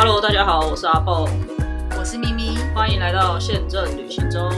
Hello， 大家好，我是阿蹦， 我是咪咪， 欢迎来到宪政旅行中。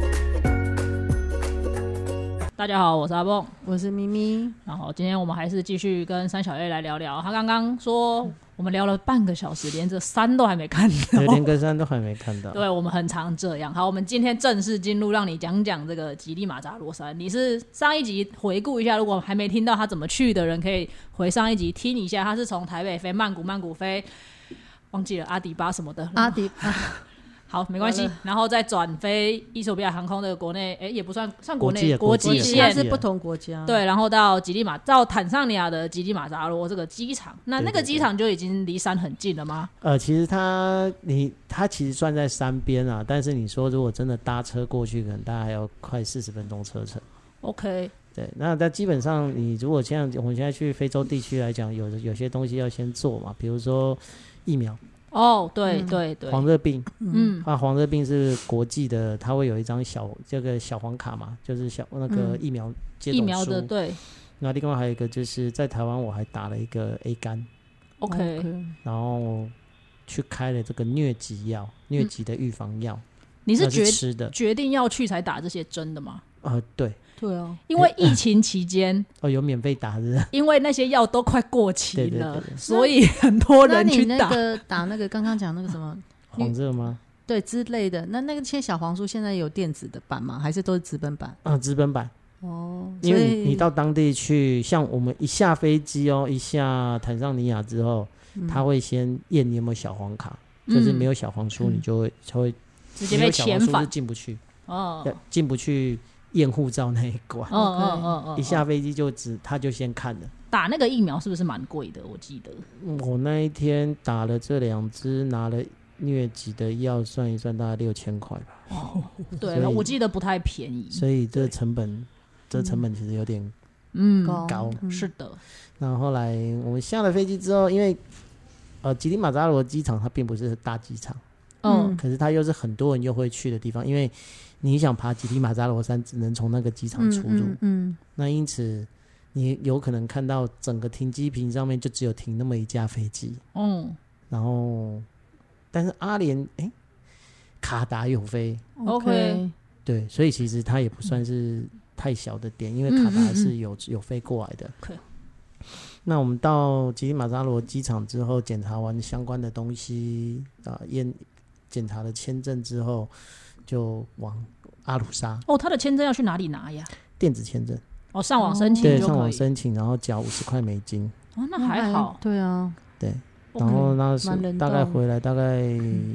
大家好，我是阿蹦， 我是咪咪。 然后今天我们还是继续跟三小 A 来聊聊。他刚刚说我们聊了半个小时，连这山都还没看到， 对，连个山都还没看到。 对，我们很常这样。好，我们今天正式进入，让你讲讲这个吉力马扎罗山。你是上一集回顾一下，如果还没听到他怎么去的人，可以回上一集听一下。他是从台北飞曼谷，曼谷飞忘记了阿迪巴什么的，好，没关系，然后再转飞伊索比亚航空的国内，也不算国内国际线， 它是不同国家， 对，然后到到坦桑尼亚的吉力马扎罗这个机场，那个机场就已经离山很近了吗？ 其实它其实算在山边啊，但是你说如果真的搭车过去，可能大概还要快40分钟车程。 OK， 对，那基本上你如果像我们现在去非洲地区来讲，有些东西要先做嘛，比如说疫苗。 哦，对对对， 黄热病，黄热病是国际的，它会有一张小黄卡嘛，就是那个疫苗接种书。疫苗的，对。那另外还有一个就是在台湾我还打了一个 A 肝 ，OK， 然后去开了这个疟疾药，疟疾的预防药。 你是决定要去才打这些针的吗？ 对。 对啊， 因为疫情期间有免费打的， 因为那些药都快过期了，对，所以很多人去打。 那你那个打那个刚刚讲那个什么黄热吗？ 对之类的，那个些小黄书现在有电子的版吗？还是都是纸本版？ 纸本版。 哦， 因为你到当地去，像我们一下飞机一下坦桑尼亚之后，他会先验你有没有小黄卡，就是没有小黄书，你就会直接被遣返， 进不去进不去。验护照那一关，一下飞机他就先看了。 打那个疫苗是不是蛮贵的？我记得我那一天打了这2支，拿了疟疾的药，算一算大概6000块吧。 对，我记得不太便宜， 所以这成本其实有点高。 是的。 然后后来我们下了飞机之后，因为吉力马扎罗机场它并不是大机场，可是它又是很多人又会去的地方，因为你想爬吉力马扎罗山只能从那个机场出入，那因此你有可能看到整个停机坪上面就只有停那么一架飞机，然后但是阿联卡达有飞 OK， 对，所以其实它也不算是太小的点，因为卡达是有飞过来的。那我们到吉力马扎罗机场之后，检查完相关的东西检查了签证之后，就往阿鲁沙。 他的签证要去哪里拿呀？ 电子签证。 上网申请就可以。 对，上网申请，然后缴50块美金。 那还好。 对啊。 对，然后那是大概回来大概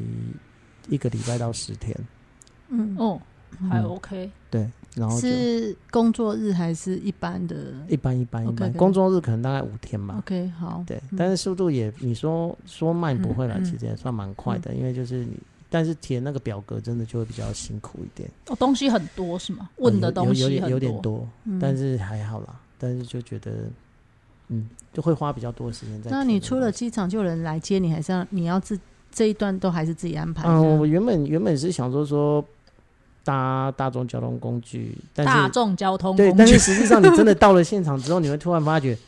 1个礼拜到10天。 还 OK。 对，然后是工作日还是一般的？ 一般，工作日可能大概5天吧。 OK， 好。 对，但是速度也你说慢不会啦，其实也算蛮快的，因为就是你。但是填那个表格真的就会比较辛苦一点。 东西很多是吗？问的东西很多， 有点多，但是还好啦。但是就觉得，就会花比较多时间在。 那你出了机场就有人来接你，还是你要这一段都还是自己安排？ 我原本是想说搭大众交通工具，但是大众交通工具， 对，但是实际上你真的到了现场之后，你会突然发觉。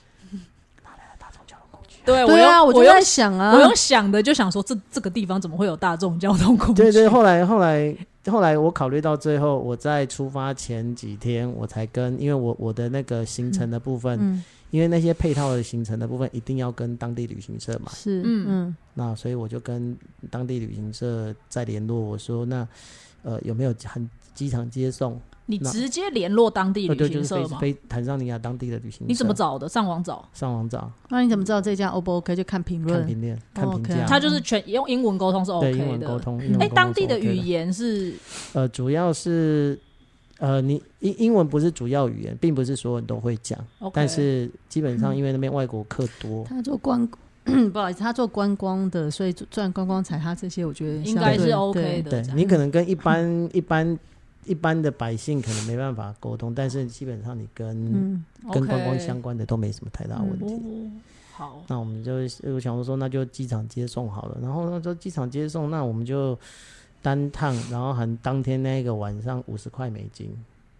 对啊，我就在想啊， 我用想的就想说这个地方怎么会有大众交通工具？ 对，后来我考虑到最后，我在出发前几天我才因为我的那个行程的部分，因为那些配套的行程的部分一定要跟当地旅行社买， 是那所以我就跟当地旅行社再联络，我说那有没有机场接送？ 你直接联络当地旅行社吗？ 飞坦桑尼亚当地的旅行社。 你怎么找的？上网找。 那你怎么知道这家 O 不 OK？ 就看评论、 看评价。 他就是全用英文沟通是 OK 的。 对，英文沟通。 当地的语言是主要是你英文不是主要语言，并不是所有人都会讲，但是基本上因为那边外国客多， 他做不好意思，他做观光的，所以赚观光财，他这些我觉得应该是 OK 的。 对，你可能跟一般的百姓可能没办法沟通，但是基本上你跟观光相关的都没什么太大问题。 好， 那我们就想说那就机场接送好了，然后那就机场接送，那我们就单趟，然后含当天那个晚上50块美金。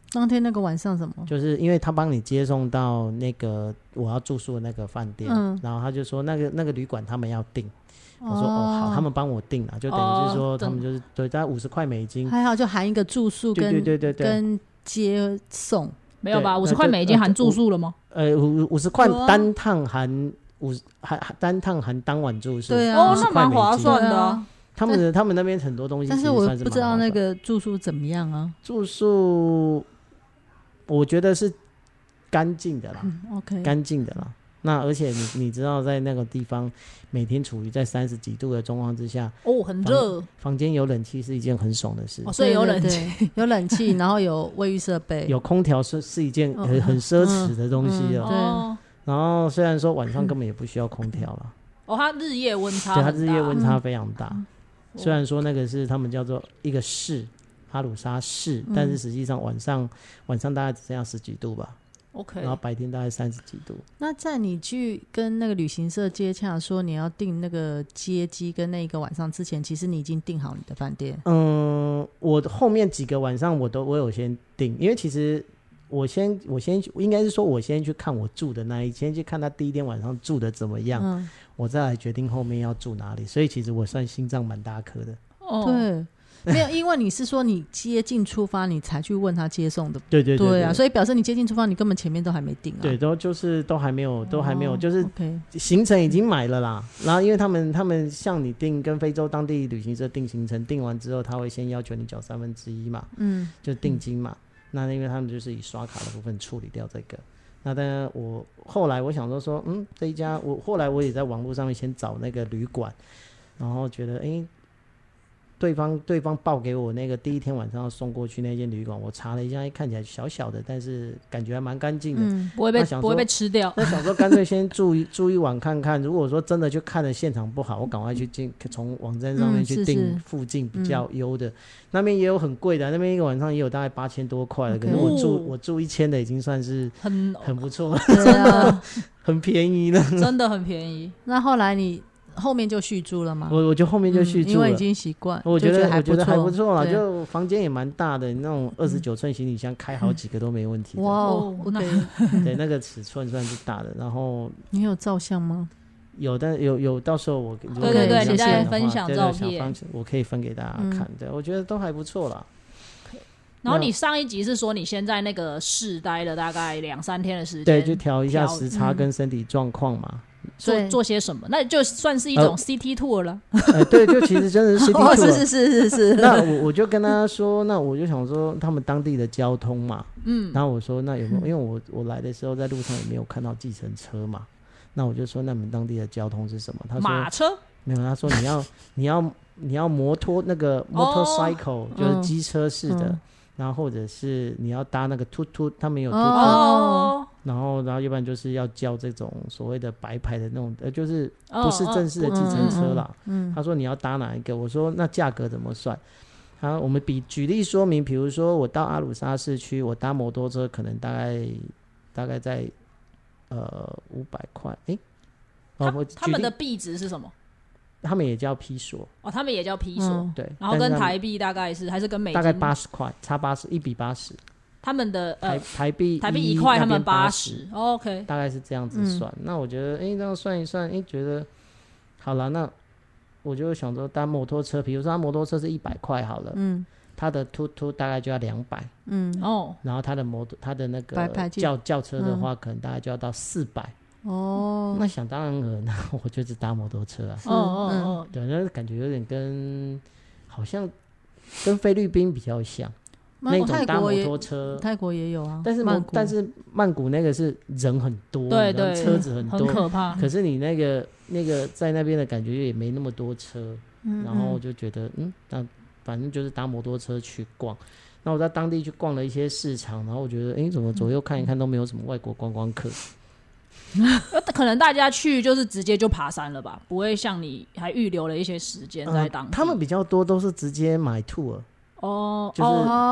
当天那个晚上什么？ 就是因为他帮你接送到那个我要住宿的那个饭店，然后他就说那个旅馆他们要订，我说好，他们帮我订了，就等于是说他们就是对大概50块美金， 还好就含一个住宿跟对跟接送， 没有吧？50块美金含住宿了吗 ？50块单趟含单趟含当晚住宿， 对啊， 那蛮划算的啊。 他们那边很多东西， 但是我不知道那个住宿怎么样啊？ 住宿我觉得是干净的啦 ，OK， 干净的啦。那而且你知道，在那个地方每天处于在30几度的状况之下， 很热， 房间有冷气是一件很爽的事。 所以有冷气， 有冷气，然后有卫浴设备， 有空调是一件很奢侈的东西了。 对。 然后虽然说晚上根本也不需要空调了。 它日夜温差对， 很大， 它日夜温差非常大。虽然说那个是他们叫做一个市，哈鲁沙市，但是实际上晚上大概只剩下10几度吧。 OK， 然后白天大概30几度。 那在你去跟那个旅行社接洽说你要订那个接机跟那一个晚上之前，其实你已经订好你的饭店。 我后面几个晚上我有先订，因为其实我先应该是说我先去看我住的那一天，先去看他第一天晚上住的怎么样，我再来决定后面要住哪里。所以其实我算心脏蛮大颗的。 对。没有，因为你是说你接近出发你才去问他接送的， 对啊，所以表示你接近出发你根本前面都还没定啊。 对，都还没有，就是行程已经买了啦。然后因为他们像你订跟非洲当地旅行社订行程，订完之后他会先要求你缴1/3嘛，就定金嘛。那因为他们就是以刷卡的部分处理掉这个。那当然我后来我想说这一家后来我也在网络上面先找那个旅馆，然后觉得对方报给我那个第一天晚上要送过去那间旅馆，我查了一下，看起来小小的，但是感觉还蛮干净的， 不会被吃掉。 那想说干脆先住一晚看看，如果说真的就看了现场不好，我赶快去从网站上面去订附近比较优的。那边也有很贵的，那边一个晚上也有大概8000多块的，可是我住1000的已经算是很不错了， 真的很便宜了， 真的很便宜。 那后来你后面就续住了吗？ 我就后面就续住了， 因为已经习惯， 我觉得还不错了， 对， 就房间也蛮大的，那种29寸行李箱开好几个都没问题的。 哇，OK， 对，那个尺寸算是大的。然后你有照相吗？ 有，但有，到时候我对，你再分享照片， 我可以分给大家看。对，我觉得都还不错啦。 然后你上一集是说你先在那个市待了大概2-3天的时间， 对，就调一下时差跟身体状况嘛。 做些什么？那就算是一种 CT tour 了。 对，就其实真的是 CT tour。 是。 那我就跟他说，那我就想说他们当地的交通嘛，然后我说那有没有？因为我来的时候在路上也没有看到计程车嘛，那我就说那你们当地的交通是什么？他说马车没有，他说你要摩托那个 motorcycle 就是机车式的。然后或者是你要搭那个突突，他们有突突，然后要不然就是要叫这种所谓的白牌的那种，就是不是正式的计程车啦。他说你要搭哪一个？我说那价格怎么算？我们举例说明，比如说我到阿鲁沙市区，我搭摩托车可能大概在500块。 他们的币值是什么？ 他们也叫披索他们也叫披索， 对， 然后跟台币大概是还是跟美金大概80块，差1比80。 他们的台币 1块，他们80。OK， 大概是这样子算。那我觉得，这样算一算，觉得好了。那我就想说，搭摩托车，比如说他摩托车是100块好了，他的突突大概就要200，然后他的那个轿车的话，可能大概就要到400。那想当然了，那我就只搭摩托车啊。对，那感觉有点好像跟菲律宾比较像，那种搭摩托车。 泰国也有啊， 但是曼谷那个是人很多， 对， 车子很多， 很可怕。 可是你那个在那边的感觉也没那么多车，然后我就觉得那反正就是搭摩托车去逛。那我在当地去逛了一些市场，然后我觉得怎么左右看一看都没有什么外国观光客。 可能大家去就是直接就爬山了吧，不会像你还预留了一些时间在当地。 他们比较多都是直接买 tour，就是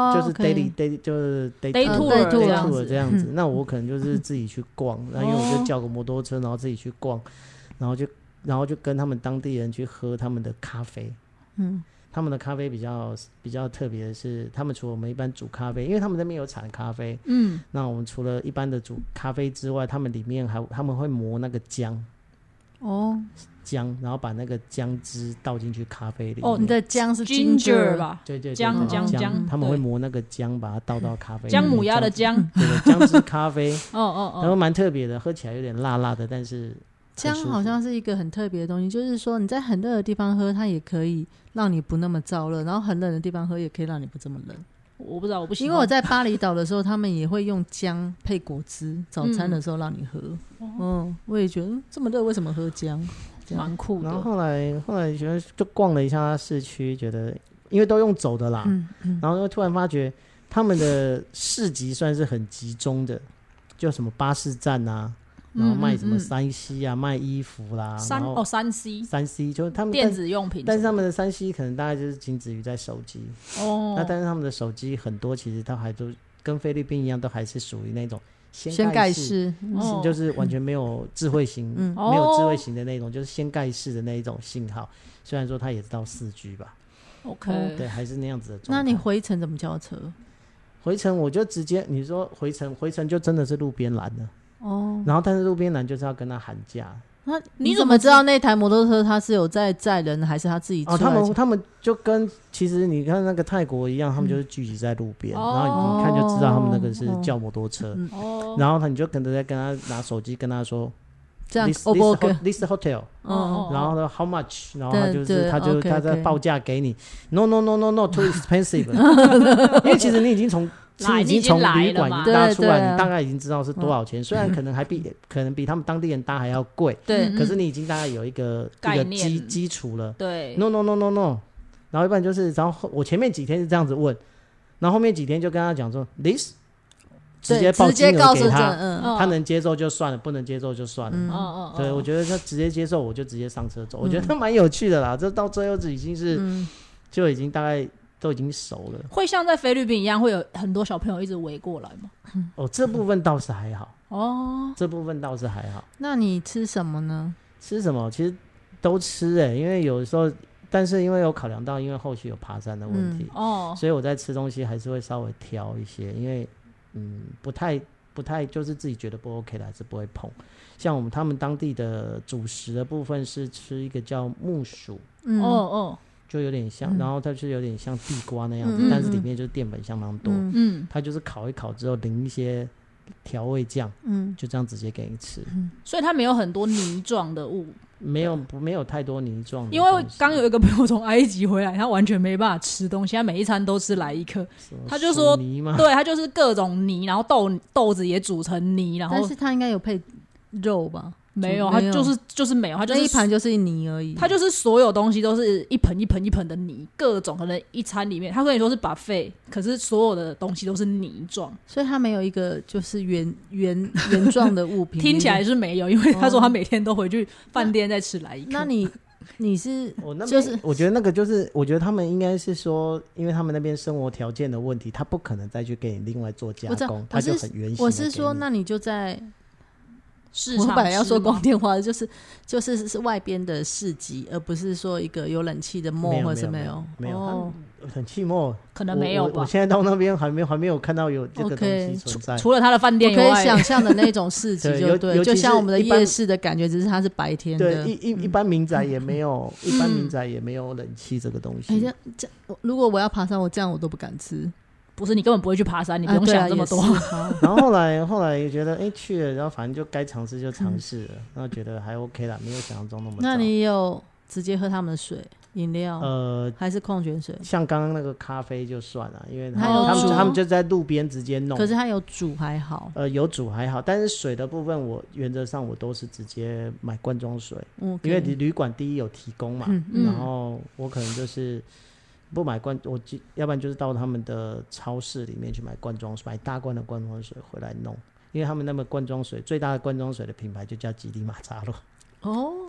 daily 就是 day tour 这样子。那我可能就是自己去逛，然后因为我就叫个摩托车，然后自己去逛，然后就跟他们当地人去喝他们的咖啡。 他们的咖啡比较特别的是，他们除了我们一般煮咖啡，因为他们那边有产咖啡，那我们除了一般的煮咖啡之外，他们里面他们会磨那个姜，然后把那个姜汁倒进去咖啡里面。 你的姜是 ginger 吧？ 对， 姜， 他们会磨那个姜，把它倒到咖啡里面。 姜母鸭的姜， 对，姜汁咖啡。然后蛮特别的，喝起来有点辣辣的，但是姜好像是一个很特别的东西，就是说你在很热的地方喝，它也可以让你不那么燥热，然后很冷的地方喝也可以让你不这么冷。 我不知道，我不喜欢。 因为我在巴厘岛的时候，他们也会用姜配果汁，早餐的时候让你喝。我也觉得这么热为什么喝姜， 蛮酷的。 然后后来觉得就逛了一下市区，觉得因为都用走的啦，然后就突然发觉他们的市集算是很集中的，就什么巴士站啊，然后卖什么3C 啊，卖衣服啦，然后3C 就是他们电子用品， 但是他们的3C可能大概就是仅止于在手机那但是他们的手机很多其实它还都跟菲律宾一样，都还是属于那种掀盖式，就是完全没有智慧型，没有智慧型的那种，就是掀盖式的那一种信号。虽然说它也是到4G 吧 ，OK， 对，还是那样子的状态。 那你回程怎么叫车？ 回程我就直接，你说回程就真的是路边拦了。然后但是路边拦就是要跟他喊价。 那你怎么知道那台摩托车他是有在载人还是他自己出来？ 他们就跟其实你看那个泰国一样，他们就是聚集在路边，然后你看就知道他们那个是叫摩托车。然后你就可能在跟他拿手机跟他说这样 this hotel，然后呢 how much， 然后他在报价给你 no too expensive， 因为其实你已经从旅馆已经搭出来，你大概已经知道是多少钱，虽然可能比他们当地人搭还要贵，可是你已经大概有一个基础了。 对 no， 然后一般就是，然后我前面几天是这样子问，然后后面几天就跟他讲说 this， 直接报金额给他，他能接受就算了，不能接受就算了。对，我觉得他直接接受我就直接上车走，我觉得蛮有趣的啦。这到最后已经是就已经大概都已经熟了。 会像在菲律宾一样，会有很多小朋友一直围过来吗？ 这部分倒是还好。这部分倒是还好。 那你吃什么呢？ 吃什么？其实都吃因为有时候，但是因为有考量到，因为后续有爬山的问题，所以我在吃东西还是会稍微挑一些，因为不太就是自己觉得不 OK 的还是不会碰。像他们当地的主食的部分是吃一个叫木薯，就有点像，然后它是有点像地瓜那样子，但是里面就是淀粉相当多。它就是烤一烤之后淋一些调味酱，就这样直接给你吃。 所以它没有很多泥状的物， 没有太多泥状的。 因为刚有一个朋友从埃及回来，他完全没办法吃东西，他每一餐都吃来一克。他就说，对，他就是各种泥，然后豆子也煮成泥，然后但是他应该有配肉吧？ 没有，他就是没有，他就是一盘就是泥而已。 他就是所有东西都是一盆一盆一盆的泥，各种可能一餐里面，他跟你说是 buffet， 可是所有的东西都是泥状， 所以他没有一个就是圆状的物品。 听起来是没有，因为他说他每天都回去饭店再吃来一克。 那你是就是我觉得那个就是我觉得他们应该是说，因为他们那边生活条件的问题，他不可能再去给你另外做加工，他就很原形。 我是说，那你就在。 市场， 我本来要说光电化的，就是外边的市集，而不是说一个有冷气的 mall 或者是没有冷气 mall 可能没有吧。 我现在到那边还没有看到有这个东西存在， 除了他的饭店以外， 我可以想象的那种市集就像我们的夜市的感觉，只是它是白天的。 对，一般民宅也没有，一般民宅也没有冷气这个东西。 如果我要爬山，我都不敢吃。 不是，你根本不会去爬山，你不用想这么多。 然后后来觉得去了，然后反正就该尝试就尝试了，然后觉得还 OK 啦，没有想象中那么糟。 那你有直接喝他们的水饮料还是矿泉水？ 像刚刚那个咖啡就算了，因为他们就在路边直接弄。 可是他有煮还好， 有煮还好，但是水的部分我原则上我都是直接买罐装水，因为旅馆第一有提供嘛，然后我可能就是不买要不然就是到他们的超市里面去买罐装水，买大罐的罐装水回来弄，因为他们那么罐装水最大的罐装水的品牌就叫吉力马扎罗。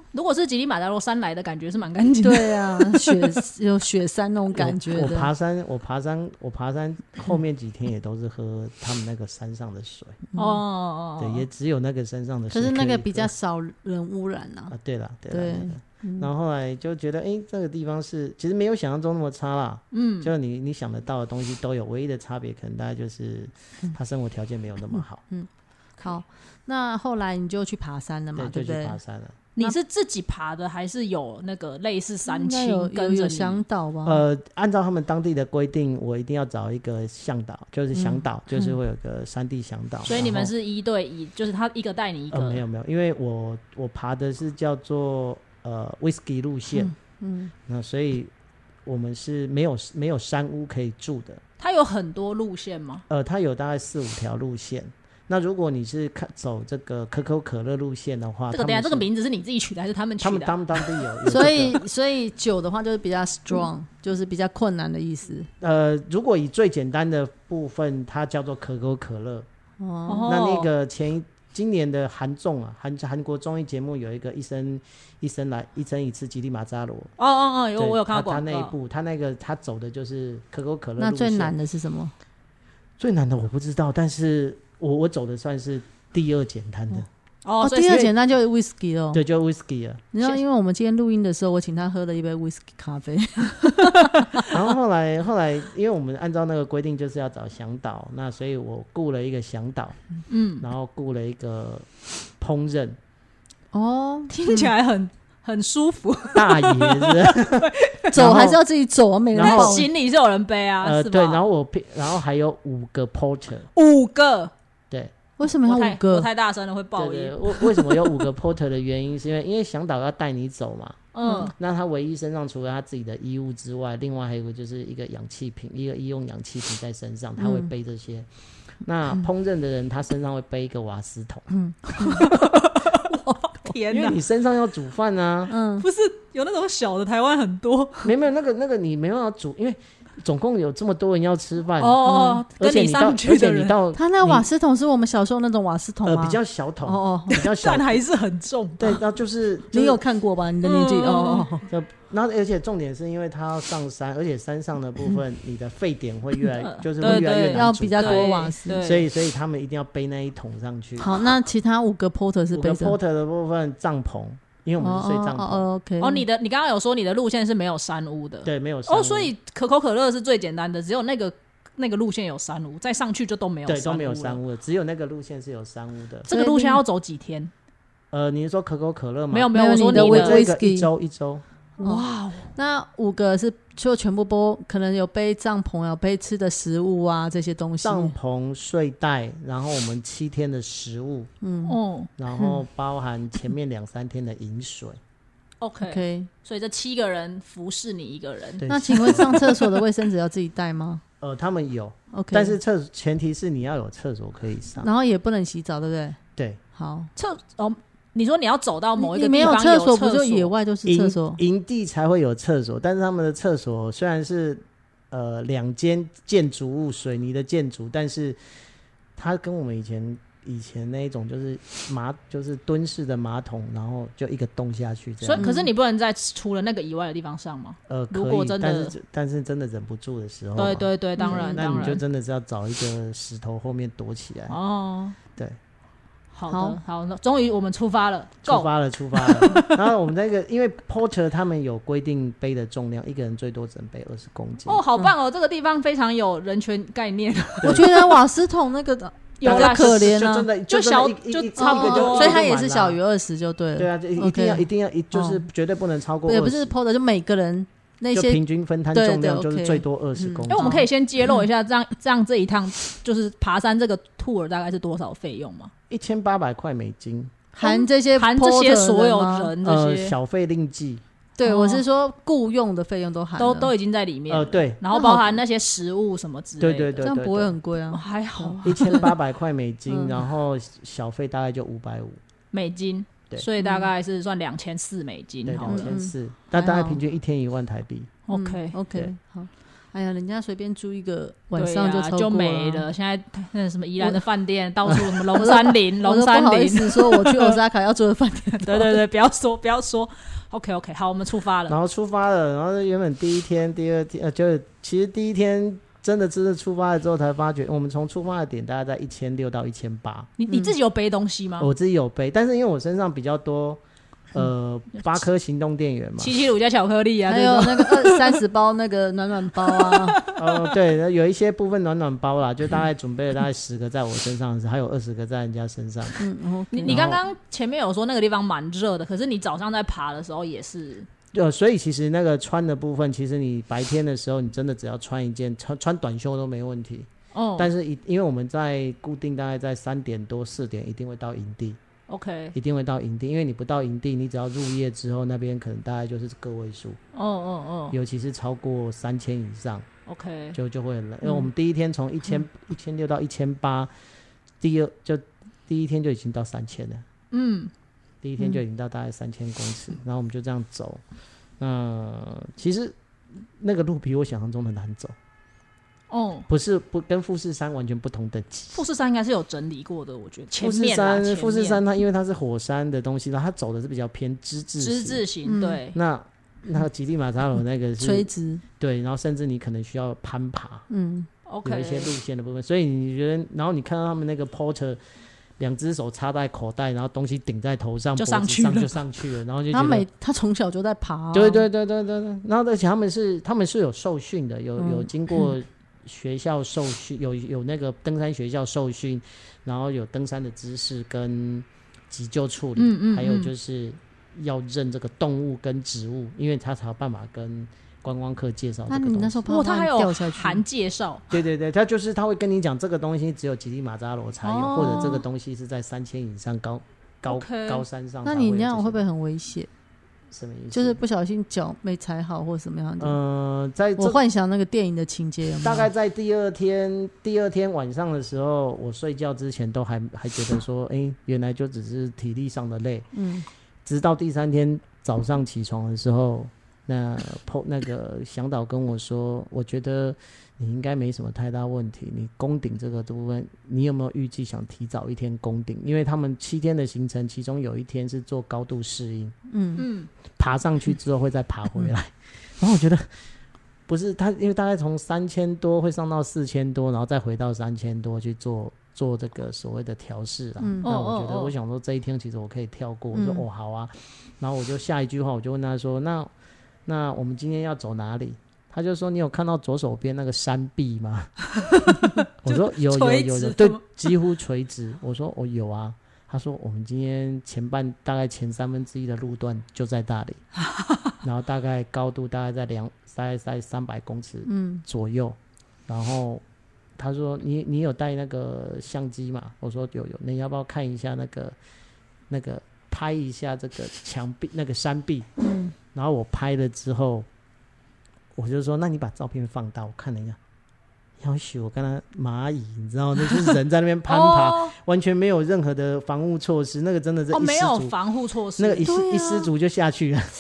如果是吉力马扎罗山来的感觉是蛮干净的。 对啊，有雪山那种感觉的。 我爬山后面几天也都是喝他们那个山上的水。对，也只有那个山上的水。 可是那个比较少人污染啊。 对了。然后后来就觉得，这个地方其实没有想象中那么差啦。就你想得到的东西都有，唯一的差别可能大概就是他生活条件没有那么好。 好，那后来你就去爬山了嘛？对不对？ 就去爬山了。 你是自己爬的，还是有那个类似山青跟着你？ 有向导吧？ 按照他们当地的规定，我一定要找一个向导，就是向导，就是会有个山地向导。 所以你们是1对1，就是他一个带你一个？ 没有，因为我爬的是叫做whisky 路线，那所以我们是没有山屋可以住的。 它有很多路线吗？ 它有大概4-5条路线。那如果你是走这个可口可乐路线的话， 等一下这个名字是你自己取的还是他们取的？ 他们当地有。 所以酒的话就是比较 strong，就是比较困难的意思。 如果以最简单的部分，它叫做可口可乐。那个今年的韩综啊，韩国综艺节目有一个一生一次吉力马扎罗。 我有看到广告。 他那一部，他走的就是可口可乐路线。 那最难的是什么？ 最难的我不知道，但是我走的算是第2简单的。 第2简单就是 whisky 哦。 对，就 whisky 了。 你知道，因为我们今天录音的时候，我请他喝了一杯 whisky 咖啡。 然后后来，因为我们按照那个规定就是要找向导，那所以我雇了一个向导，然后雇了一个烹饪。 听起来很舒服。 大爷是走还是要自己走啊？ 然后行李是有人背啊， 对，然后还有5个 porter。 5个？ 对。 为什么要5个？ 我太大声了会爆音。 为什么有5个 porter 的原因是因为向导要带你走嘛。那他唯一身上除了他自己的衣物之外，另外还有一个就是一个氧气瓶，一个医用氧气瓶在身上，他会背这些。那烹饪的人他身上会背一个瓦斯桶。 天哪！ 因为你身上要煮饭啊。 不是有那种小的，台湾很多。 没有那个你没办法煮，因为总共有这么多人要吃饭。 跟你上去的人， 他那瓦斯桶是我们小时候那种瓦斯桶吗？ 比较小桶。比较小， 但还是很重。 对，那就是你有看过吧？你的年纪然后而且重点是因为他要上山，而且山上的部分你的沸点会越来越难要比较多瓦斯， 所以他们一定要背那一桶上去。 好，那其他5个 porter 是背着 5个 porter 的部分帐篷，因为我们是睡帐篷。 OK。 你刚刚有说你的路线是没有山屋的。 对，没有山屋。 所以可口可乐是最简单的，只有那个路线有山屋，再上去就都没有山屋了。 对，都没有山屋了，只有那个路线是有山屋的。 这个路线要走几天？ 你是说可口可乐吗？ 没有，我说你的 whisky 一周。 哇，那5个是就全部可能有背帐篷，有背吃的食物啊这些东西。 帐篷、睡袋，然后我们7天的食物，然后包含前面2-3天的饮水。 OK， 所以这7个人服侍你一个人。 那请问上厕所的卫生纸要自己带吗？ 他们有 ，OK， 但是前提是你要有厕所可以上， 然后也不能洗澡，对不对？ 对， 好， 你说你要走到某一个地方有厕所， 不就野外就是厕所？ 营地才会有厕所，但是他们的厕所虽然是2间建筑物水泥的建筑，但是它跟我们以前那一种就是蹲式的马桶，然后就一个洞下去这样。 所以可是你不能在除了那个以外的地方上吗？如果真的， 但是真的忍不住的时候， 对，当然， 那你就真的是要找一个石头后面躲起来。对。 好，那终于我们出发了。 出发了。然后我们那个，因为 porter 他们有规定背的重量，一个人最多只能背20公斤。 好棒哦！这个地方非常有人权概念。 我觉得瓦斯桶那个有点可怜啊， 就小就差不多， 所以它也是小于20就对了。 对啊，一定要，就是绝对不能超过20。 也不是 porter，就每个人那些就平均分摊重量就是最多20公斤。 因为我们可以先揭露一下，这样这一趟就是爬山这个 tour 大概是多少费用吗 ？1800块美金， 含这些所有人这些小费另计。 对，我是说雇用的费用都含了， 都已经在里面。 对， 然后包含那些食物什么之类的。 对， 这样不会很贵啊？ 还好 ，1800块美金，然后小费大概就550 美金，所以大概是算2400美金。 对，2400，但大概平均1天1万台币。 OK， 好。 哎呀，人家随便租一个晚上就超过就没了。现在那什么宜兰的饭店，到处什么龙山林、龙山林，不好意林， 思说我去Osaka要住的饭店。 对，不要说。OK， 好，我们出发了。 然后出发了，然后原本第一天、第二天，就是其实第一天真的出发了之后才发觉，我们从出发的点大概在1600到1800。 你自己有背东西吗？ 我自己有背，但是因为我身上比较多。8颗行动电源嘛 ，775加巧克力啊， 还有那个30包那个暖包啊。 对，有一些部分暖包啦，就大概准备了大概10个在我身上，还有20个在人家身上。 你刚刚前面有说那个地方蛮热的，可是你早上在爬的时候也是。 所以其实那个穿的部分，其实你白天的时候，你真的只要穿一件穿短袖都没问题。但是因为我们在固定大概在3点多4点一定会到营地。 OK， 一定会到营地，因为你不到营地，你只要入夜之后，那边可能大概就是个位数。尤其是超过3000以上 ，OK， 就会冷。因为我们第一天从1600到1800，第一天就已经到3000了。第一天就已经到大概3000公尺，然后我们就这样走。其实那个路比我想象中的难走。不跟富士山完全不同等级。 富士山应该是有整理过的，我觉得。 富士山它因为它是火山的东西，然后它走的是比较偏之字形。 对。 那吉力马扎罗那个是垂直。 对，然后甚至你可能需要攀爬。 OK。 有一些路线的部分，所以你觉得，然后你看到他们那个 porter 2只手插在口袋，然后东西顶在头上， 就上去了，然后就觉得他从小就在爬。 对，然后而且他们是有受训的，有经过。学校受训，有那个登山学校受训，然后有登山的知识跟急救处理，还有就是要认这个动物跟植物，因为他才有办法跟观光客介绍这个东西。 那你那时候他还有含介绍？ 对，他会跟你讲这个东西只有吉力马扎罗才有，或者这个东西是在3000以上高山上。 那你那样会不会很危险？ 什么意思？ 就是不小心脚没踩好或什么样的。 我幻想那个电影的情节有没有？ 大概在第二天晚上的时候，我睡觉之前都还觉得说，原来就只是体力上的累。直到第3天早上起床的时候，那个向导跟我说，我觉得你应该没什么太大问题。你攻顶这个部分，你有没有预计想提早1天攻顶？因为他们7天的行程，其中有1天是做高度适应。爬上去之后会再爬回来。然后我觉得不是他，因为大概从3000多会上到4000多，然后再回到3000多去做这个所谓的调试啦。那我觉得我想说这一天其实我可以跳过。我说好啊。然后我就下一句话我就问他说，那我们今天要走哪里？他就说你有看到左手边那个山壁吗？我说有，对，几乎垂直。我说有啊。他说我们今天大概前1/3的路段就在那里。然后大概高度大概在300公尺左右。然后他说你有带那个相机吗？我说有，那你要不要看一下那个拍一下这个墙壁那个山壁？然后我拍了之后，我就说那你把照片放大。我看了一下，要许我跟他蚂蚁，你知道，那就是人在那边攀爬，完全没有任何的防护措施。那个真的是没有防护措施， 那个一失足就下去了。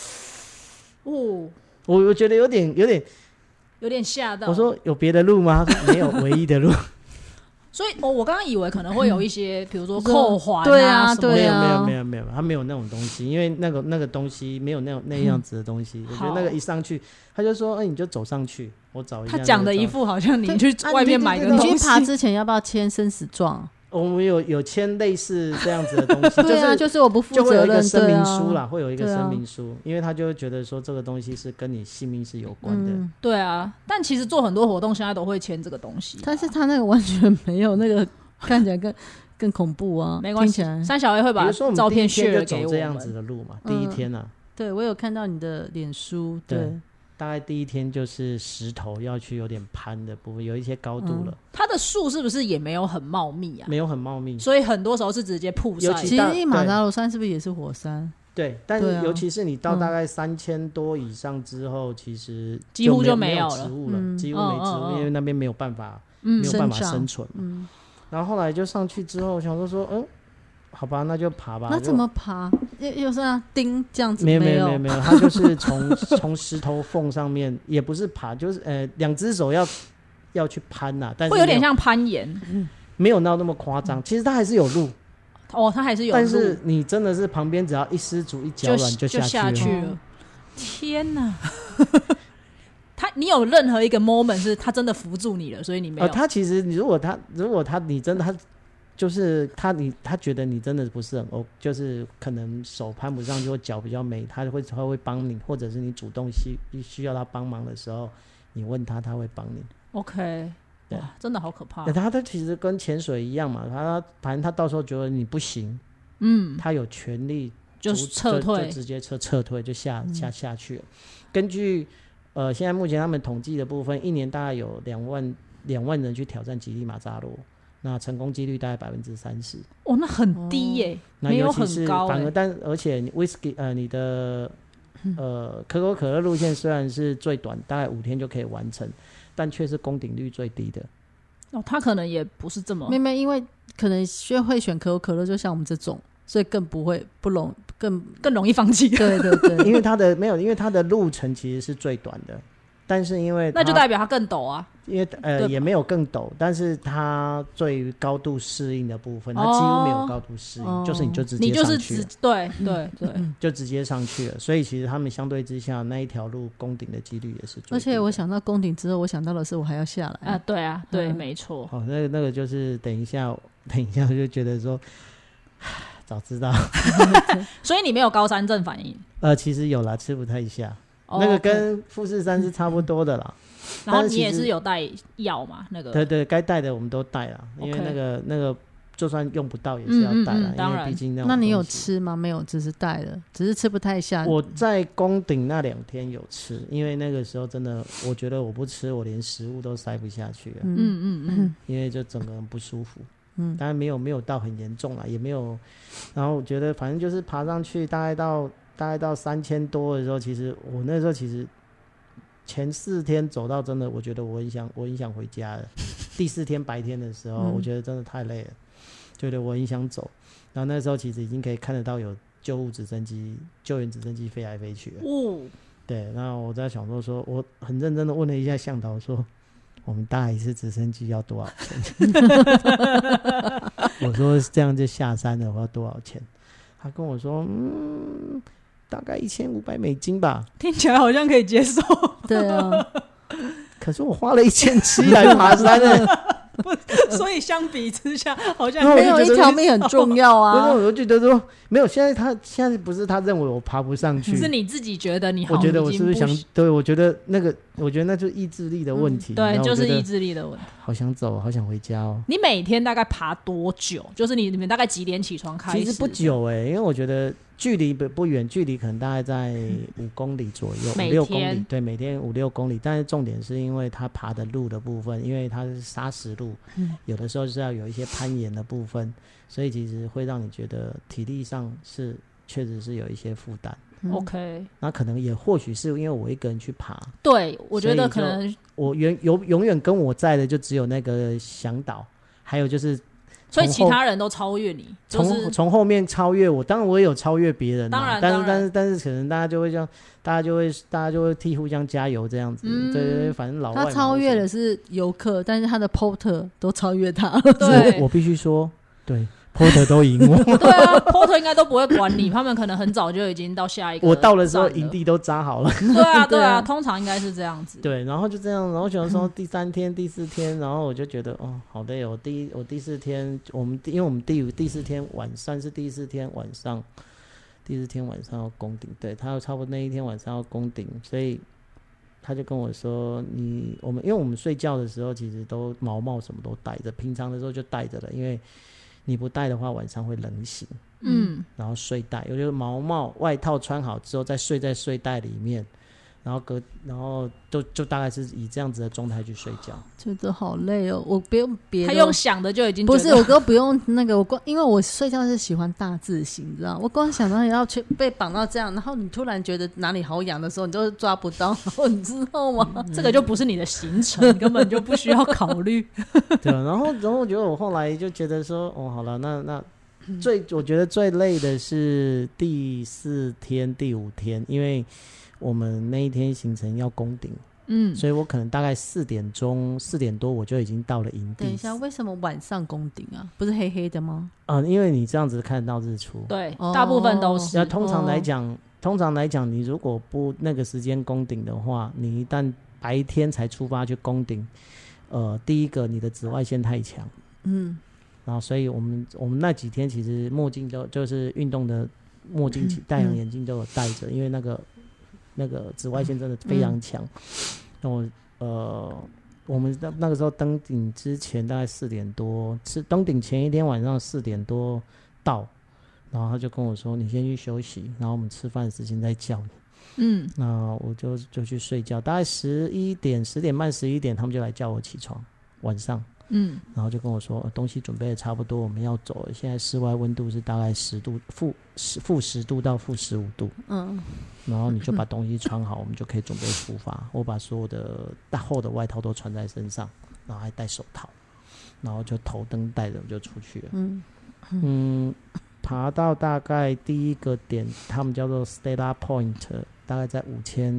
我觉得有点吓到。 我说有别的路吗？他说没有，唯一的路。 所以我刚刚以为可能会有一些比如说扣环对啊什么的。 没有，他没有那种东西。因为那个东西没有那样子的东西。我觉得那个一上去他就说你就走上去，我找一下。 他讲的一副好像你去外面买个东西。 你去爬之前要不要签生死状？ 我们有签类似这样子的东西。 对啊，就是我不负责任， 就会有一个声明书啦，会有一个声明书。因为他就会觉得说这个东西是跟你性命是有关的。 对啊，但其实做很多活动现在都会签这个东西。 但是他那个完全没有，那个看起来更恐怖啊。 没关系，三小 A 会把照片 share 给我们。 走这样子的路嘛，第一天啊。 对，我有看到你的脸书。对， 大概第一天就是石头要去有点攀的部分，有一些高度了。 它的树是不是也没有很茂密啊？ 没有很茂密， 所以很多时候是直接曝晒。 其实马扎罗山是不是也是火山？ 对，但是尤其是你到大概3000多以上之后，其实几乎就没有植物了，几乎没植物，因为那边没有办法生存嘛。然后后来就上去之后，想说好吧，那就爬吧。 那怎么爬？又是要钉这样子？ 没有，他就是从石头缝上面，也不是爬，就是2只手要去攀呐，但是会有点像攀岩， 没有到那么夸张。其实它还是有路， 它还是有路， 但是你真的是旁边只要一失足一脚软就下去了。 天哪！你有任何一个 moment 是他真的扶住你了，所以你没有？ 他其实如果你真的他就是他觉得你真的不是很 OK， 就是可能手攀不上去或脚比较美，他会帮你，或者是你主动需要他帮忙的时候，你问他会帮你。 OK， 哇，真的好可怕。 他其实跟潜水一样嘛，反正他到时候觉得你不行，他有权利就撤退， 就直接撤退就下去了。根据现在目前他们统计的部分，一年大概有2万人去挑战吉力马扎罗，那成功几率大概30%。 哦，那很低耶，没有很高耶。 而且你 whisky 你的可口可乐路线虽然是最短，大概5天就可以完成，但却是攻顶率最低的。 他可能也不是这么没，因为可能会选可口可乐，就像我们这种，所以更更容易放弃。 对， 因为它的路程其实是最短的，但是因为那就代表它更陡啊。 因为也没有更陡，但是它对于高度适应的部分，它几乎没有高度适应，就是你就直接上去了， 对， 就直接上去了。所以其实他们相对之下那一条路攻顶的几率也是最低的。 而且我想到攻顶之后，我想到的是我还要下来啊。对啊，对，没错。 那个就是等一下就觉得说，早知道。 所以你没有高山症反应？ 其实有啦，吃不太下。那个跟富士山是差不多的啦。 然后你也是有带药嘛？那个对，该带的我们都带了，因为那个就算用不到也是要带啦， 当然。 因为毕竟那你有吃吗？没有，只是带了，只是吃不太下。 我在攻顶那2天有吃，因为那个时候真的，我觉得我不吃，我连食物都塞不下去了。因为就整个人不舒服。当然没有到很严重啦，也没有。然后我觉得反正就是爬上去，大概到3000多的时候，其实我那时候其实前4天走到真的，我觉得我很想回家了。第4天白天的时候，我觉得真的太累了，觉得我很想走。然后那时候其实已经可以看得到有救援直升机飞来飞去了。对，然后我在想说，我很认真的问了一下向导说，我们搭一次直升机要多少钱？我说这样就下山的话多少钱？他跟我说，大概$1500吧。 听起来好像可以接受。 对啊， 可是我花了1700来爬山呢。 所以相比之下，好像没有一条命很重要啊。 我就觉得说，没有，现在不是他认为我爬不上去， 是你自己觉得你好。 我觉得我是不是想？对，我觉得那就是意志力的问题。 对，就是意志力的问题。 好想走，好想回家哦。 你每天大概爬多久？就是你们大概几点起床开始？ 其实不久因为我觉得距离不远，距离可能大概在5公里左右，5-6公里。对，每天5-6公里。但是重点是因为他爬的路的部分，因为它是砂石路，有的时候是要有一些攀岩的部分，所以其实会让你觉得体力上是确实是有一些负担。 OK， 那可能也或许是因为我一个人去爬。 对，我觉得可能我永远跟我在的就只有那个向导，还有就是所以其他人都超越你， 从后面超越我。当然我也有超越别人， 当然但是可能大家就会这样，大家就会替互相加油这样子。对，反正老外他超越的是游客，但是他的 porter 都超越他。 对， 我必须说，对。porter 都赢我。 对啊 porter 应该都不会管你，他们可能很早就已经到下一个。 我到的时候营地都扎好了。 对啊，通常应该是这样子。 对，然后就这样，然后想说第3天、第4天，然后我就觉得好累哦。我第4天，因为我们第4天晚上是第4天晚上要攻顶，对，他差不多那一天晚上要攻顶，所以他就跟我说，因为我们睡觉的时候其实都毛帽什么都带着，平常的时候就带着了，因为你不带的话晚上会冷醒。然后睡袋，我觉得毛帽外套穿好之后再睡在睡袋里面，然后就大概是以这样子的状态去睡觉。 觉得好累哦，我不用别的， 他用想的就已经觉得不是，我都不用那个，因为我睡觉是喜欢大字型，你知道，我光想到你要去被绑到这样，然后你突然觉得哪里好痒的时候，你就抓不到，然后你知道吗？ 这个就不是你的行程，根本就不需要考虑。 对，然后我觉得我后来就觉得说，好了， 我觉得最累的是第4天、第5天，因为我们那一天行程要攻顶，所以我可能大概4点多我就已经到了营地。 等一下，为什么晚上攻顶啊？不是黑黑的吗？ 因为你这样子看得到日出。 对，大部分都是。 通常来讲，你如果不那个时间攻顶的话，你一旦白天才出发去攻顶，第一个你的紫外線太强，然后所以我们那几天其实墨镜就是运动的墨镜、太阳眼镜都有戴着，因为那个紫外线真的非常强。我们那个时候登顶之前大概4点多，登顶前一天晚上4点多到，然后他就跟我说：“你先去休息，然后我们吃饭的时间再叫你。”那我就去睡觉，大概10点半、11点，他们就来叫我起床，晚上。然后就跟我说东西准备的差不多，我们要走了。现在室外温度是大概10度，负10度到负15度。然后你就把东西穿好，我们就可以准备出发。我把所有的大厚的外套都穿在身上，然后还戴手套，然后就头灯带着就出去了。爬到大概第一个点，他们叫做 Stella Point， 大概在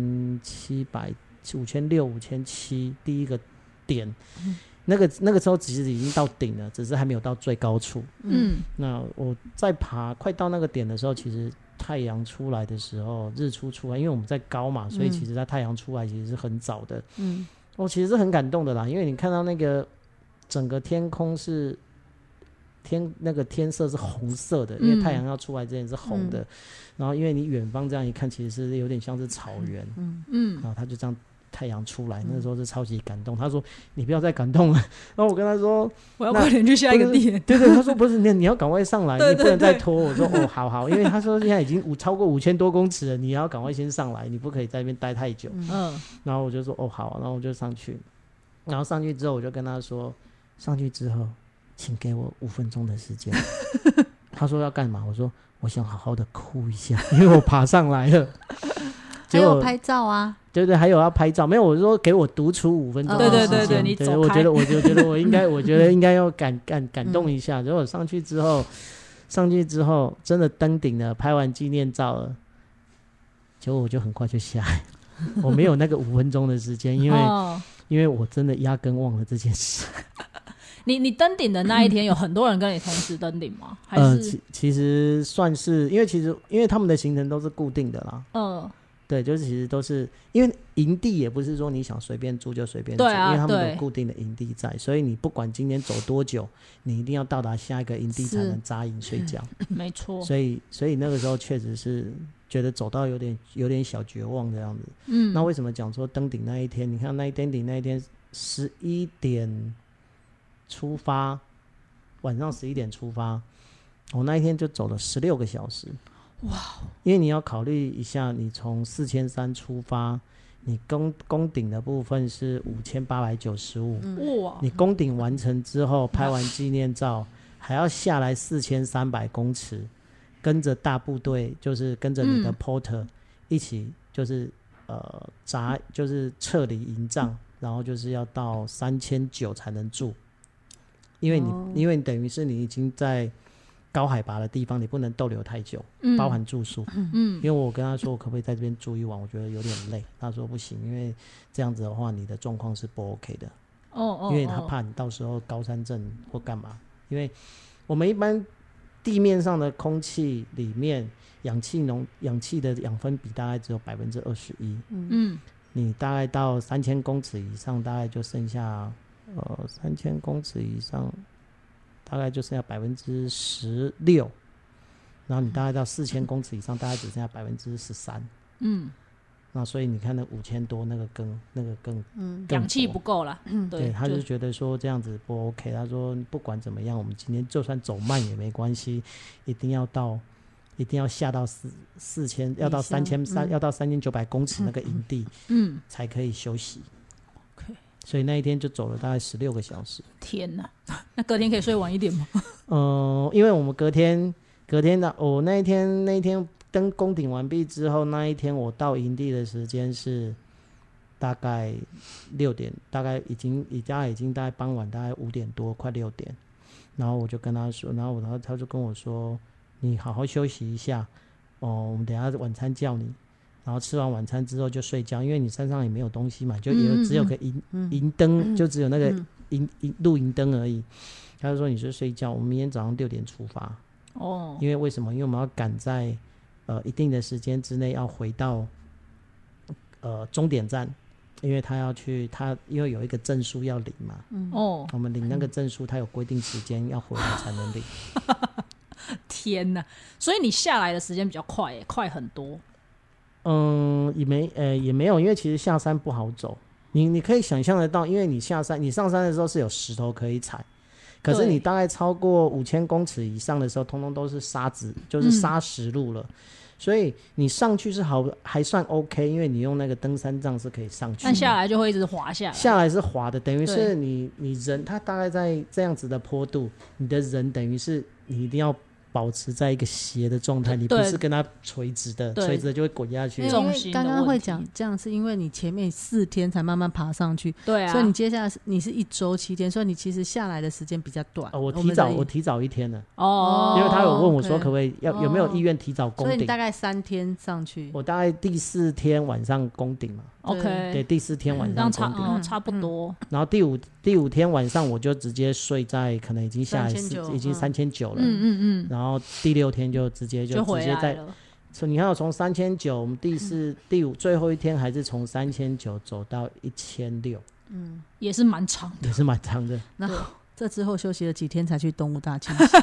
5700、5600、5700第一个点。那个时候其实已经到顶了，只是还没有到最高处。那我在快到那个点的时候，其实太阳出来的时候，日出出来，因为我们在高嘛，所以其实它太阳出来其实是很早的。我其实是很感动的啦，因为你看到那个整个天空是那个天色是红色的，因为太阳要出来之前是红的。然后因为你远方这样一看，其实是有点像是草原。然后它就这样太阳出来，那个时候是超级感动。他说：“你不要再感动了。”然后我跟他说：“ 我要快点去下一个地点。” 对，他说：“不是，你要赶快上来，你不能再拖。”我说：“哦，好。”因为他说现在已经超过5000多公尺了，你要赶快先上来，你不可以在那边待太久。然后我就说：“哦，好。”然后我就上去，然后上去之后我就跟他说：“上去之后，请给我5分钟的时间。”他说要干嘛？我说：“我想好好的哭一下，因为我爬上来了。” 还有拍照啊。 对，还有要拍照，没有，我说给我独处5分钟的时间。 对，你走开。 我觉得我应该要感动一下。结果上去之后，真的登顶了，拍完纪念照了，结果我就很快就下来，我没有那个5分钟的时间，因为我真的压根忘了这件事。 你登顶的那一天，有很多人跟你同时登顶吗？还是其实算是，因为他们的行程都是固定的啦。对，就是其实都是因为营地也不是说你想随便住就随便住，因为他们有固定的营地在，所以你不管今天走多久，你一定要到达下一个营地才能扎营睡觉。 没错。 所以那个时候确实是觉得走到有点小绝望这样子。那为什么讲说登顶那一天？你看登顶那一天11点出发，晚上11点出发，我那一天就走了16个小时。哇！因为你要考虑一下，你从4300出发，你攻顶的部分是5895。哇！你攻顶完成之后，拍完纪念照，还要下来4300公尺，跟着大部队，就是跟着你的 porter 一起，就是就是撤离营帐，然后就是要到3900才能住，因为你等于是你已经在高海拔的地方，你不能逗留太久，包含住宿。因为我跟他说我可不可以在这边住一晚，我觉得有点累。他说不行，因为这样子的话你的状况是不 OK 的。因为他怕你到时候高山症或干嘛。因为我们一般地面上的空气里面氧气的养分比大概只有21%。你大概到3000公尺以上，大概就剩下3000公尺以上大概就剩下16%，然后你大概到4000公尺以上，大概只剩下13%。那所以你看那5000多，那个更氧气不够啦。 对，他就觉得说这样子不 OK。他说不管怎么样，我们今天就算走慢也没关系，一定要下到4000，要到3900公尺那个营地，才可以休息。所以那一天就走了大概16个小时。 天哪！那隔天可以睡晚一点吗？ 因为我们隔天的我那一天登攻顶完毕之后，那一天我到营地的时间是大概6点，大概已经大概傍晚大概5点多快6点。 然后我就跟他说，然后他就跟我说，你好好休息一下哦，我们等一下晚餐叫你，然后吃完晚餐之后就睡觉，因为你山上也没有东西嘛，就只有个银灯，就只有那个露营灯而已。他就说你就睡觉，我们明天早上6点出发。哦，因为为什么？因为我们要赶在一定的时间之内要回到终点站，因为他要去，他因为有一个证书要领嘛。哦，我们领那个证书，他有规定时间要回来才能领。 天哪！所以你下来的时间比较快耶，快很多。 也没有，因为其实下山不好走。你可以想象得到，因为你下山，你上山的时候是有石头可以踩，可是你大概超过5000公尺以上的时候，通通都是沙子，就是砂石路了。所以你上去是还算 OK， 因为你用那个登山杖是可以上去， 但下来就会一直滑下来。 下来是滑的，等于是你人，它大概在这样子的坡度，你的人等于是你一定要保持在一个斜的状态，你不是跟它垂直的，垂直的就会滚下去。 因为刚刚会讲这样，是因为你前面4天才慢慢爬上去， 对啊， 所以你接下来你是1周7天，所以你其实下来的时间比较短。 我提早1天了哦， 因为他有问我说可不可以有没有意愿提早攻顶， 所以你大概3天上去。 我大概第4天晚上攻顶嘛。 OK， 对，第4天晚上攻顶， 差不多。 然后第五天晚上我就直接睡在可能已经下来已经3900了，然后第6天就直接在，你看我从3900，我们第5最后一天还是从3900走到1600， 也是蛮长的， 也是蛮长的。 那这之后休息了几天才去动物大迁徙？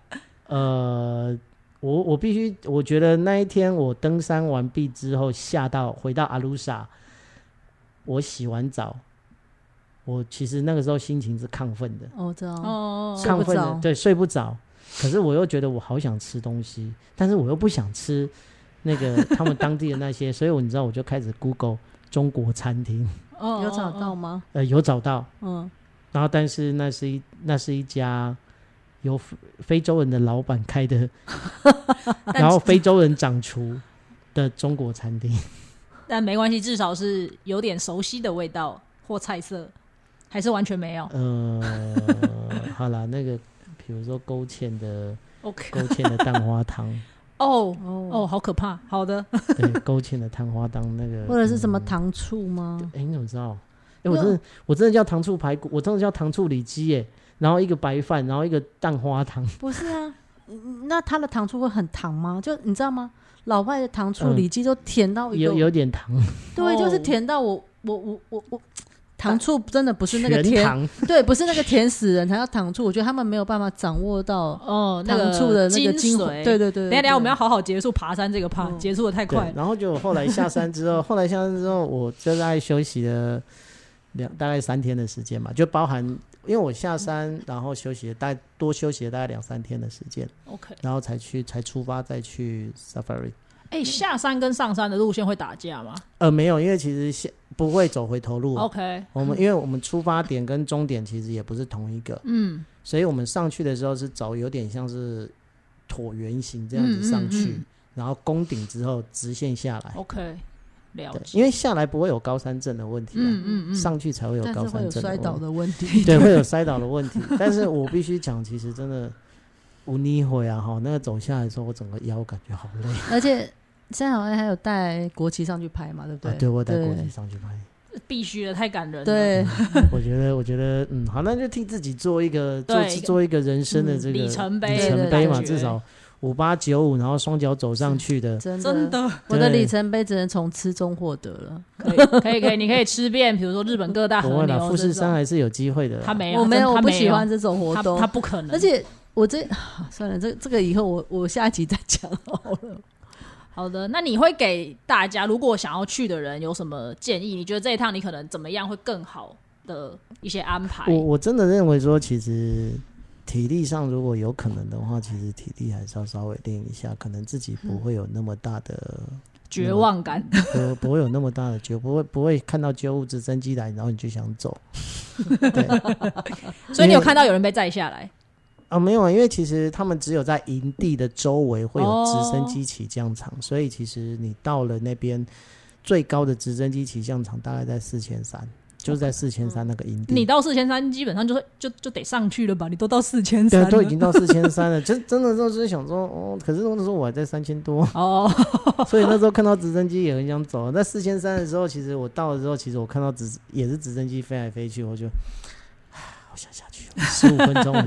我必须，我觉得那一天我登山完毕之后回到阿鲁萨，我洗完澡，我其实那个时候心情是亢奋的。 哦，知道亢奋的，对，睡不着。可是我又觉得我好想吃东西，但是我又不想吃那个他们当地的那些，所以你知道我就开始 Google 中国餐厅。 有找到吗？ 有找到。然后但是那是一家由非洲人的老板开的然后非洲人掌厨的中国餐厅。 但没关系，至少是有点熟悉的味道或菜色，还是完全没有？ 好啦，那个比如说勾芡的蛋花汤。 哦，好可怕。好的。 对，勾芡的蛋花汤那个， 或者是什么糖醋吗？ 你怎么知道？我真的叫糖醋排骨，我真的叫糖醋里脊耶，然后一个白饭，然后一个蛋花汤。 不是啊，那它的糖醋会很糖吗？就你知道吗？老外的糖醋里脊都甜到有点糖。 对，就是甜到我糖醋真的不是那个甜糖， 对，不是那个甜死人才叫糖醋。我觉得他们没有办法掌握到糖醋的那个精髓。对。等一下我们要好好结束爬山这个趴，结束的太快了。 然后就后来下山之后，我就在休息了大概3天的时间嘛，就包含因为我下山，然后多休息了大概2-3天的时间。 OK， 然后才出发再去 Safari。 下山跟上山的路线会打架吗？ 没有，因为其实不会走回头路。 OK， 因为我们出发点跟终点其实也不是同一个，所以我们上去的时候是走有点像是椭圆形这样子上去，然后攻顶之后直线下来。 OK， 了解。 因为下来不会有高山症的问题上去才会有高山症的问题，但是会有摔倒的问题。 对，会有摔倒的问题。但是我必须讲，其实真的无逆回啊，那个走下来的时候，我整个腰感觉好累， 而且。现在好像还有带国旗上去拍嘛，对不对？ 对，我带国旗上去拍， 必须的，太感人了。 对， 我觉得，好，那就替自己做一个人生的这个里程碑嘛，至少5895，然后双脚走上去的， 真的，我的里程碑只能从吃中获得了。 可以，你可以吃遍，比如说日本各大河流。 不会啦，富士山还是有机会的。 他没有， 我不喜欢这种活动， 他不可能。 而且我算了，这个以后我下一集再讲好了。 好的，那你会给大家如果想要去的人有什么建议？你觉得这一趟你可能怎么样会更好的一些安排？ 我真的认为说，其实体力上如果有可能的话，其实体力还是要稍微练一下，可能自己不会有那么大的绝望感， 不会有那么大的不会看到救护直升机来，然后你就想走。对， 所以你有看到有人被载下来？ 没有啊，因为其实他们只有在营地的周围会有直升机起降场，所以其实你到了那边最高的直升机起降场大概在4300。 就是在4300那个营地。 你到4300基本上就得上去了吧？你都到4300 对、 了， 都已经到4300了，真的就是想说哦，可是那时候我还在3000多哦， 所以那时候看到直升机也很想走。在4300的时候，其实我到的时候，其实我看到也是直升机飞来飞去，我就好想下去，15分钟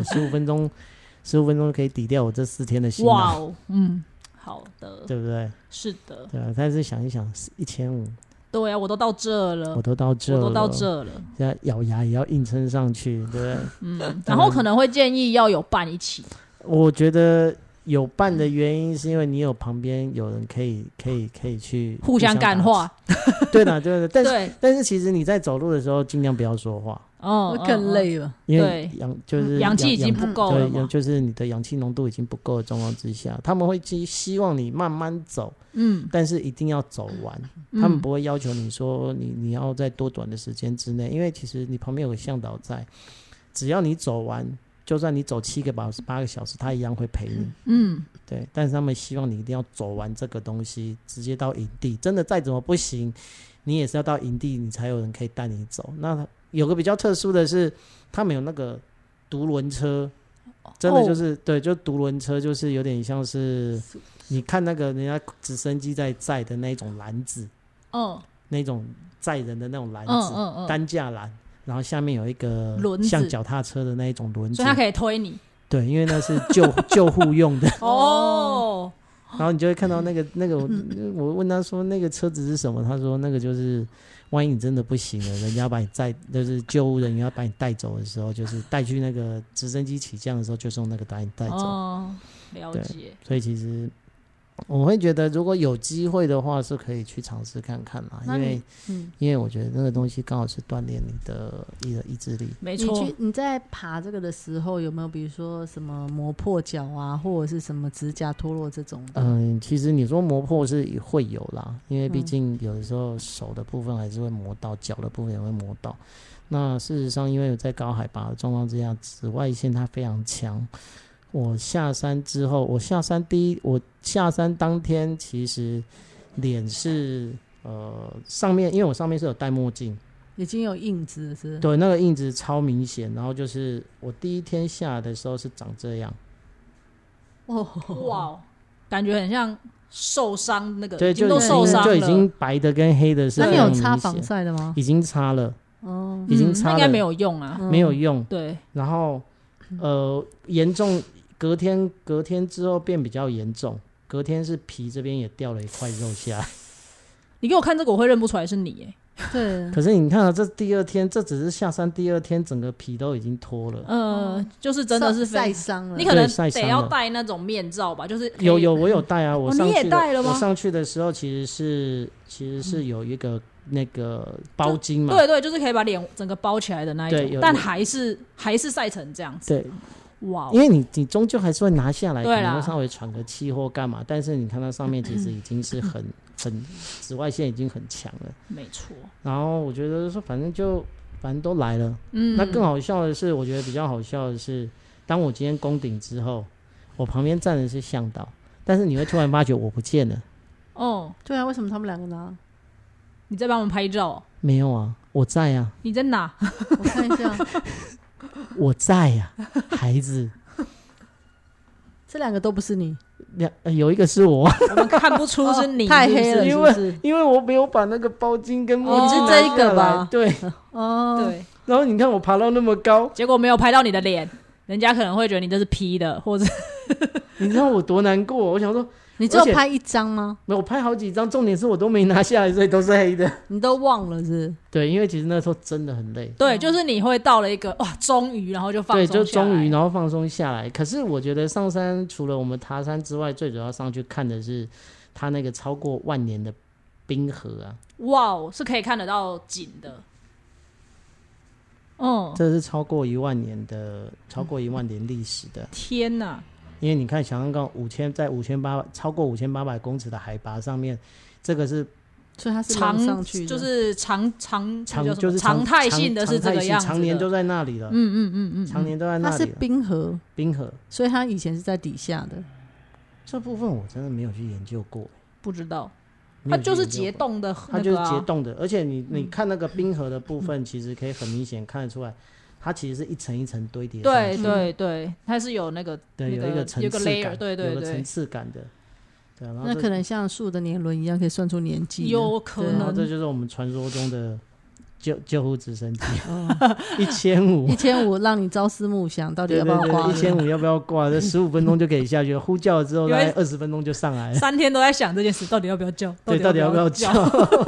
，15分钟可以抵掉我这4天的辛劳。 哇哦，好的， 对不对？ 是的， 对啊，但是想一想，1500， 对啊，我都到这了， 我都到这了，现在咬牙也要硬撑上去，对不对？ 然后可能会建议要有伴一起。 我觉得有伴的原因是因为你有旁边有人可以去互相干话。 对的，但是其实你在走路的时候尽量不要说话。 会更累了， 因为氧气已经不够了嘛， 对，就是你的氧气浓度已经不够的状况之下，他们会希望你慢慢走，但是一定要走完，他们不会要求你说你要在多短的时间之内，因为其实你旁边有个向导在，只要你走完，就算你走7个8个小时，他一样会陪你。对，但是他们希望你一定要走完这个东西，直接到营地，真的再怎么不行，你也是要到营地，你才有人可以带你走。那有个比较特殊的是，他们有那个独轮车，真的就是对，就独轮车，就是有点像是你看那个人家直升机在载的那种篮子，那种载人的那种篮子，担架篮，然后下面有一个像脚踏车的那一种轮子， 所以它可以推你。 对，因为那是救护用的哦。 然后你就会看到那个，我问他说那个车子是什么，他说那个就是万一你真的不行了，人家把你就是救护人员要把你带走的时候，就是带去那个直升机起降的时候，就是用那个把你带走。 了解。 所以其实我会觉得，如果有机会的话，是可以去尝试看看啦。因为我觉得那个东西刚好是锻炼你的意志力。 没错。 你在爬这个的时候，有没有比如说什么磨破脚啊，或者是什么指甲脱落这种的？ 其实你说磨破是会有啦，因为毕竟有的时候手的部分还是会磨到，脚的部分也会磨到。那事实上，因为在高海拔的状况之下，紫外线它非常强。我下山之后，我下山当天，其实脸是上面，因为我上面是有戴墨镜， 已经有印子了，是？ 对，那个印子超明显。然后就是我第一天下来的时候是长这样。 哇，感觉很像受伤那个， 对， 都受伤了， 就已经白的跟黑的是非常明显。 那你有擦防晒的吗？ 已经擦了。已经擦了， 那应该没有用啊， 没有用。 对， 然后严重。隔天之后变比较严重，隔天是皮这边也掉了一块肉下来。 你给我看这个，我会认不出来是你耶。 对。 可是你看这第二天，这只是下山第二天，整个皮都已经脱了。 就是真的是晒伤了。 你可能得要戴那种面罩吧，就是我有戴啊。 你也戴了吗？ 我上去的时候其实是有一个那个包巾嘛。 对，就是可以把脸整个包起来的那一种，但还是晒成这样子。 对。 哇， 因为你终究还是会拿下来，可能会稍微喘个气或干嘛，但是你看到上面其实已经是很紫外线已经很强了， 没错。 然后我觉得说反正都来了，那更好笑的是，我觉得比较好笑的是，当我今天攻顶之后，我旁边站的是向导，但是你会突然发觉我不见了。 对啊，为什么他们两个呢？ 你在帮我们拍照？ 没有啊，我在啊。 你在哪？ 我看一下。 我在呀，孩子。 这两个都不是你， 有一个是我。 我们看不出是你， 太黑了， 因为我没有把那个包巾跟墨镜你是这一个吧？ 对， 对。 然后你看我爬到那么高， 结果没有拍到你的脸，人家可能会觉得你这是 P 的，或者你知道我多难过？我想说。 你只有拍一张吗？ 没有，我拍好几张，重点是我都没拿下来，所以都是黑的。 你都忘了是？ 对，因为其实那时候真的很累。 对，就是你会到了一个终于，然后就放松下来。 对，就终于，然后放松下来。可是我觉得上山除了我们爬山之外，最主要上去看的是它那个超过10000年的冰河啊！ 哇，是可以看得到景的。 这是超过10000年历史的。 天哪！ 因为你看，想象到在超过5800公尺的海拔上面，这个是， 所以它是上去的， 就是常态性的是这个样子的， 常年都在那里了。常年都在那里了。 它是冰河，所以它以前是在底下的。 这部分我真的没有去研究过， 不知道。 它就是结冻的， 它就是结冻的，而且你看那个冰河的部分，其实可以很明显看得出来。它其实是一层一层堆叠上去， 对，它是有那个对有一个层次感， layer， 对， 有个层次感的。对，然后那可能像树的年轮一样，可以算出年纪， 有可能。 然后这就是我们传说中的救护直升机，1500 让你朝思暮想，到底要不要挂 ？1500要不要挂？这15分钟就可以下去，呼叫了之后大概20分钟就上来了。 3天都在想这件事，到底要不要叫？ 对，到底要不要叫？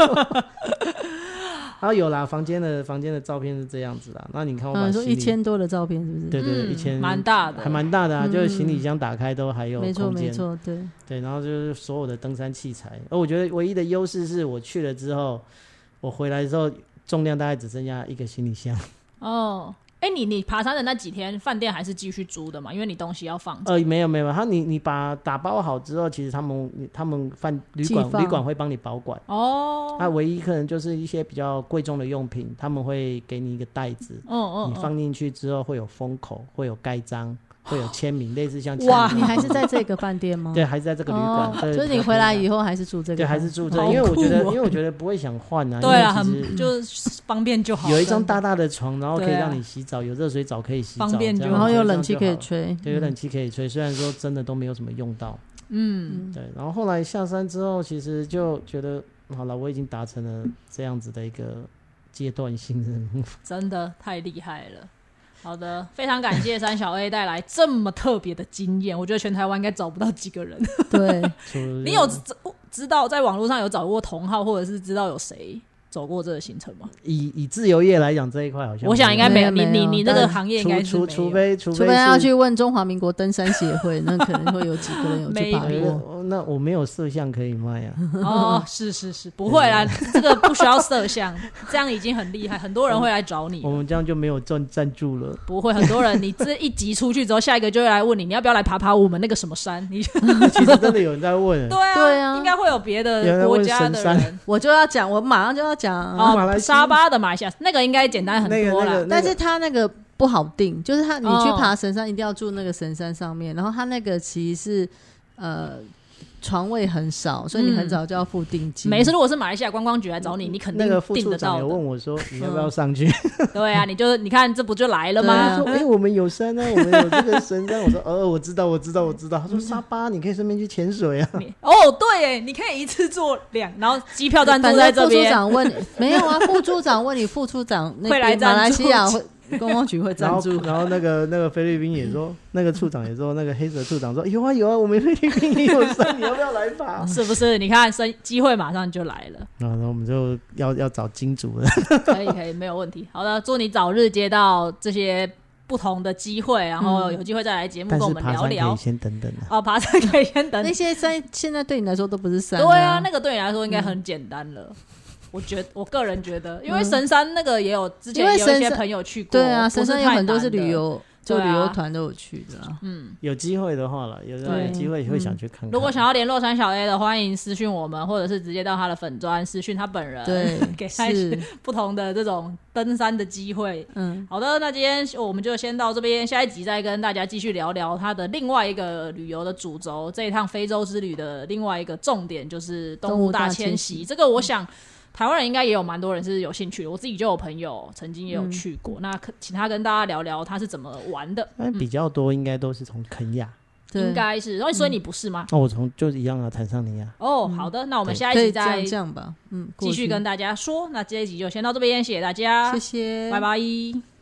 然后有啦，房间的照片是这样子啦。那你看我把说1000多的照片是不是？ 对，1000 蛮大的， 还蛮大的啊。就是行李箱打开都还有空间， 没错， 对。然后就是所有的登山器材，而我觉得唯一的优势是我去了之后，我回来之后重量大概只剩下1个行李箱。 哦。你爬山的那几天，饭店还是继续租的嘛？因为你东西要放。 没有，你把打包好之后，其实他们旅馆会帮你保管。哦。那唯一可能就是一些比较贵重的用品，他们会给你一个袋子。你放进去之后会有封口，会有盖章，会有签名，类似像签名。 哇，你还是在这个饭店吗？ 对，还是在这个旅馆。 所以你回来以后还是住这个？ 对，还是住这个，因为我觉得不会想换啊。 对啊，就是方便就好。 有一张大大的床，然后可以让你洗澡，有热水澡可以洗澡， 方便就好。 然后有冷气可以吹。 对，有冷气可以吹，虽然说真的都没有什么用到。对。然后后来下山之后，其实就觉得好了，我已经达成了这样子的一个阶段性任务，真的太厉害了。好的，非常感谢3小 A 带来这么特别的经验，我觉得全台湾应该找不到几个人。 对， 你有知道在网络上有找过同好，或者是知道有谁走过这个行程吗？ 以自由业来讲，这一块好像我想应该没有。你那个行业应该是没有， 除非要去问中华民国登山协会，那可能会有几个人有去爬过。 那我没有摄像可以卖啊。 是，不会啦，这个不需要摄像，这样已经很厉害，很多人会来找你。 我们这样就没有赞助了。 不会，很多人你这一集出去之后，下一个就会来问你要不要来爬我们那个什么山。 其实真的有人在问。 对啊，应该会有别的国家的人。 我就要讲，我马上就要讲。 沙巴的马来西亚那个应该简单很多啦， 但是他那个不好定，就是你去爬神山一定要住那个神山上面，然后他那个其实是床位很少，所以你很早就要付定金。 没事，如果是马来西亚观光局来找你，你肯定订得到的。 那个副处长有问我说你要不要上去？ 对啊，你看这不就来了吗？ 说我们有山啊，我们有这个神山。我说我知道。他说沙巴你可以顺便去潜水啊。 对耶，你可以一次做2，然后机票单住在这边。 副处长问你没有啊？副处长问你，副处长那会来马来西亚观光局会赞助。 然后那个菲律宾也说，那个处长也说，那个黑蛇处长说有啊，我们菲律宾也有山，你要不要来爬？ 是不是？你看机会马上就来了。 然后我们就要找金主了。 可以，没有问题。好的，祝你早日接到这些不同的机会，然后有机会再来节目跟我们聊聊。 但是爬山可以先等等爬山可以先等。 那些山现在对你来说都不是山。 对啊，那个对你来说应该很简单了。我个人觉得，因为神山那个也有之前也有一些朋友去过。 对啊，神山有很多是旅游团都有去的。 有机会的话了，有机会也会想去看看。 如果想要联络3小 A 的，欢迎私讯我们，或者是直接到他的粉专私讯他本人， 对， 给他不同的这种登山的机会。好的，那今天我们就先到这边，下一集再跟大家继续聊聊他的另外一个旅游的主轴，这一趟非洲之旅的另外一个重点就是动物大迁徙。这个我想台湾人应该也有蛮多人是有兴趣的，我自己就有朋友曾经也有去过，那请他跟大家聊聊他是怎么玩的。 比较多应该都是从肯亚， 应该是。所以你不是吗？ 我从就一样啊，坦桑尼亚。 好的，那我们下一集再这样吧， 继续跟大家说。那这一集就先到这边，谢谢大家， 谢谢， 拜拜。